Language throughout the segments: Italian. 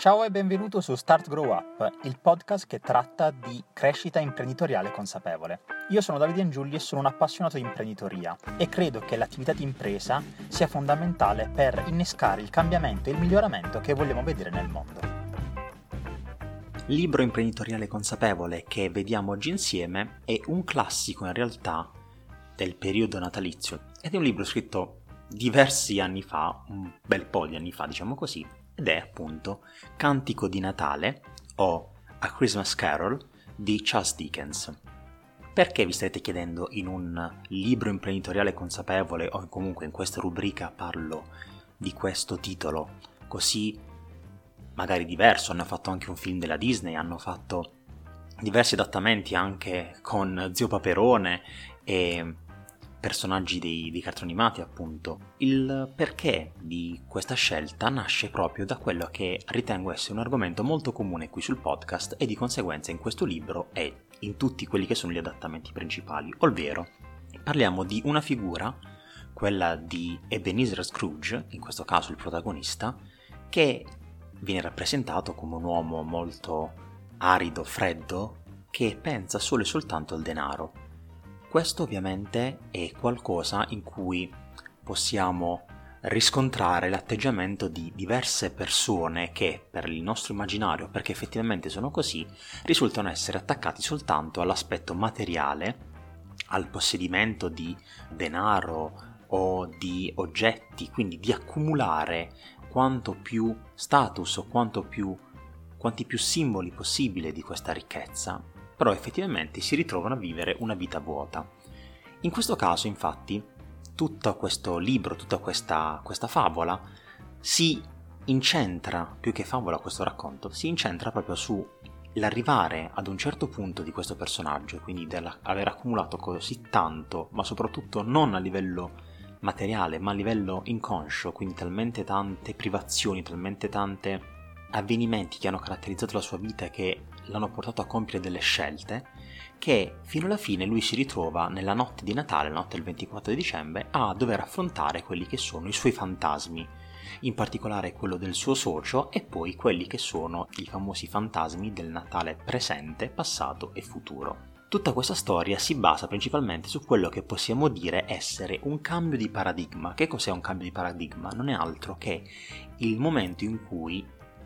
Ciao e benvenuto su Start Grow Up, il podcast che tratta di crescita imprenditoriale consapevole. Io sono Davide Angiulli e sono un appassionato di imprenditoria e credo che l'attività di impresa sia fondamentale per innescare il cambiamento e il miglioramento che vogliamo vedere nel mondo. Libro imprenditoriale consapevole che vediamo oggi insieme è un classico in realtà del periodo natalizio ed è un libro scritto diversi anni fa, un bel po' di anni fa diciamo così, ed è appunto Cantico di Natale o A Christmas Carol di Charles Dickens. Perché vi starete chiedendo in un libro imprenditoriale consapevole o comunque in questa rubrica parlo di questo titolo così magari diverso? Hanno fatto anche un film della Disney, hanno fatto diversi adattamenti anche con Zio Paperone e personaggi dei cartoni animati appunto. Il perché di questa scelta nasce proprio da quello che ritengo essere un argomento molto comune qui sul podcast e di conseguenza in questo libro e in tutti quelli che sono gli adattamenti principali, ovvero parliamo di una figura, quella di Ebenezer Scrooge, in questo caso il protagonista, che viene rappresentato come un uomo molto arido, freddo, che pensa solo e soltanto al denaro. Questo ovviamente è qualcosa in cui possiamo riscontrare l'atteggiamento di diverse persone che, per il nostro immaginario, perché effettivamente sono così, risultano essere attaccati soltanto all'aspetto materiale, al possedimento di denaro o di oggetti, quindi di accumulare quanto più status o quanti più simboli possibile di questa ricchezza, però effettivamente si ritrovano a vivere una vita vuota. In questo caso, infatti, tutto questo libro, tutta questa favola si incentra, più che favola questo racconto, si incentra proprio sull'arrivare ad un certo punto di questo personaggio, quindi dell'aver accumulato così tanto, ma soprattutto non a livello materiale, ma a livello inconscio, quindi talmente tante privazioni, talmente tante avvenimenti che hanno caratterizzato la sua vita e che l'hanno portato a compiere delle scelte, che fino alla fine lui si ritrova nella notte di Natale, la notte del 24 di dicembre, a dover affrontare quelli che sono i suoi fantasmi, in particolare quello del suo socio e poi quelli che sono i famosi fantasmi del Natale presente, passato e futuro. Tutta questa storia si basa principalmente su quello che possiamo dire essere un cambio di paradigma. Che cos'è un cambio di paradigma? Non è altro che il momento in cui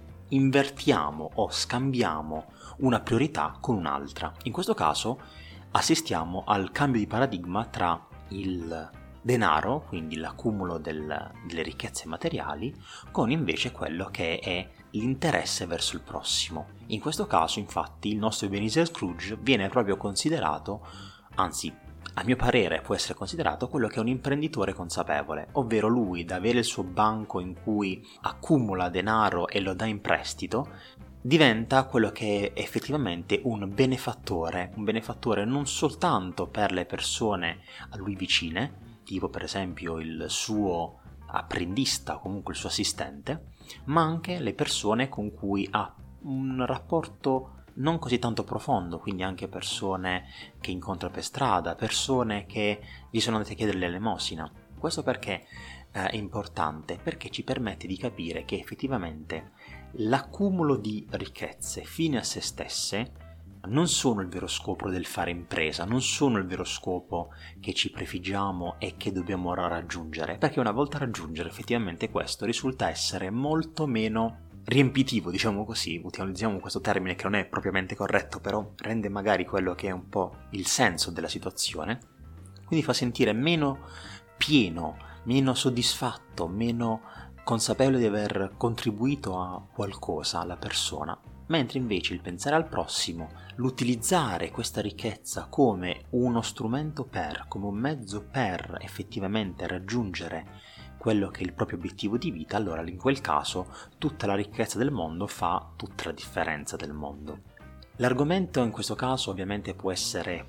invertiamo o scambiamo una priorità con un'altra. In questo caso assistiamo al cambio di paradigma tra il denaro, quindi l'accumulo delle ricchezze materiali, con invece quello che è l'interesse verso il prossimo. In questo caso, infatti, il nostro Ebenezer Scrooge viene proprio considerato, anzi, a mio parere può essere considerato quello che è un imprenditore consapevole, ovvero lui, da avere il suo banco in cui accumula denaro e lo dà in prestito, diventa quello che è effettivamente un benefattore non soltanto per le persone a lui vicine, tipo per esempio il suo apprendista o comunque il suo assistente, ma anche le persone con cui ha un rapporto non così tanto profondo, quindi anche persone che incontra per strada, persone che gli sono andate a chiedere l'elemosina. Questo perché è importante? Perché ci permette di capire che effettivamente l'accumulo di ricchezze fine a se stesse non sono il vero scopo del fare impresa, non sono il vero scopo che ci prefiggiamo e che dobbiamo ora raggiungere, perché una volta raggiungere effettivamente questo risulta essere molto meno riempitivo, diciamo così, utilizziamo questo termine che non è propriamente corretto, però rende magari quello che è un po' il senso della situazione, quindi fa sentire meno pieno, meno soddisfatto, meno consapevole di aver contribuito a qualcosa alla persona, mentre invece il pensare al prossimo, l'utilizzare questa ricchezza come uno strumento come un mezzo per effettivamente raggiungere quello che è il proprio obiettivo di vita, allora in quel caso tutta la ricchezza del mondo fa tutta la differenza del mondo. L'argomento in questo caso ovviamente può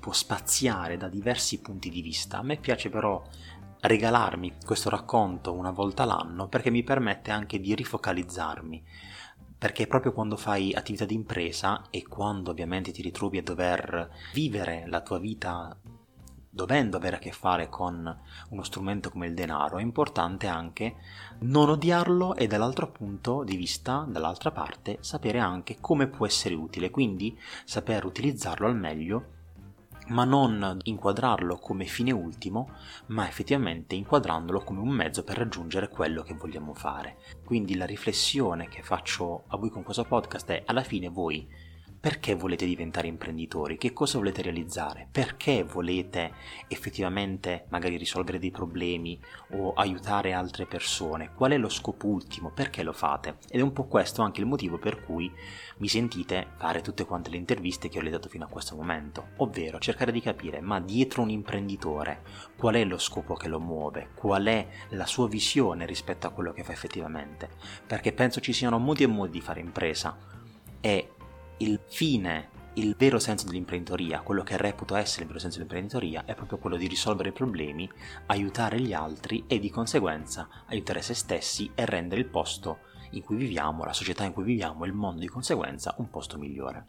spaziare da diversi punti di vista. A me piace però regalarmi questo racconto una volta l'anno perché mi permette anche di rifocalizzarmi, perché proprio quando fai attività di impresa e quando ovviamente ti ritrovi a dover vivere la tua vita dovendo avere a che fare con uno strumento come il denaro, è importante anche non odiarlo e dall'altro punto di vista, dall'altra parte, sapere anche come può essere utile, quindi saper utilizzarlo al meglio, ma non inquadrarlo come fine ultimo, ma effettivamente inquadrandolo come un mezzo per raggiungere quello che vogliamo fare. Quindi la riflessione che faccio a voi con questo podcast è: alla fine voi perché volete diventare imprenditori? Che cosa volete realizzare? Perché volete effettivamente magari risolvere dei problemi o aiutare altre persone? Qual è lo scopo ultimo? Perché lo fate? Ed è un po' questo anche il motivo per cui mi sentite fare tutte quante le interviste che ho realizzato fino a questo momento, ovvero cercare di capire, ma dietro un imprenditore qual è lo scopo che lo muove? Qual è la sua visione rispetto a quello che fa effettivamente? Perché penso ci siano modi e modi di fare impresa, e il fine, il vero senso dell'imprenditoria, quello che reputo essere il vero senso dell'imprenditoria, è proprio quello di risolvere i problemi, aiutare gli altri e di conseguenza aiutare se stessi e rendere il posto in cui viviamo, la società in cui viviamo, il mondo di conseguenza un posto migliore.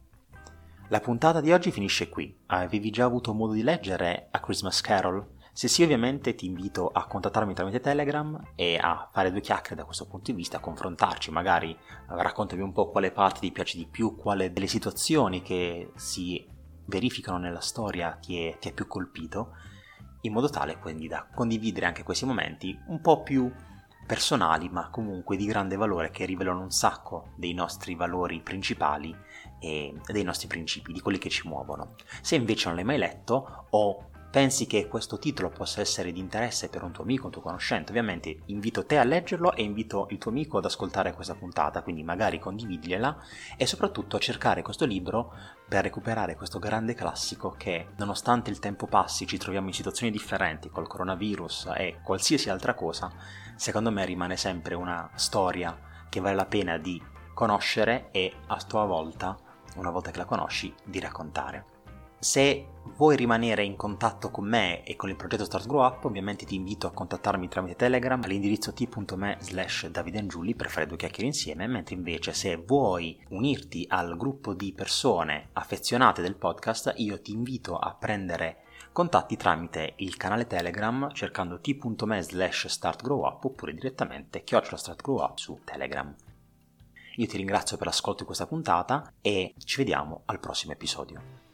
La puntata di oggi finisce qui. Avevi già avuto modo di leggere A Christmas Carol? Se sì, ovviamente ti invito a contattarmi tramite Telegram e a fare due chiacchiere da questo punto di vista, a confrontarci, magari raccontami un po' quale parte ti piace di più, quale delle situazioni che si verificano nella storia ti è più colpito, in modo tale quindi da condividere anche questi momenti un po' più personali, ma comunque di grande valore, che rivelano un sacco dei nostri valori principali e dei nostri principi, di quelli che ci muovono. Se invece non l'hai mai letto o pensi che questo titolo possa essere di interesse per un tuo amico, un tuo conoscente, ovviamente invito te a leggerlo e invito il tuo amico ad ascoltare questa puntata, quindi magari condividila e soprattutto a cercare questo libro per recuperare questo grande classico che, nonostante il tempo passi, ci troviamo in situazioni differenti col coronavirus e qualsiasi altra cosa, secondo me rimane sempre una storia che vale la pena di conoscere e a tua volta, una volta che la conosci, di raccontare. Se vuoi rimanere in contatto con me e con il progetto Start Grow Up, ovviamente ti invito a contattarmi tramite Telegram all'indirizzo t.me/davidengiulli per fare due chiacchiere insieme, mentre invece se vuoi unirti al gruppo di persone affezionate del podcast, io ti invito a prendere contatti tramite il canale Telegram cercando t.me/startgrowup oppure direttamente @startgrowup su Telegram. Io ti ringrazio per l'ascolto di questa puntata e ci vediamo al prossimo episodio.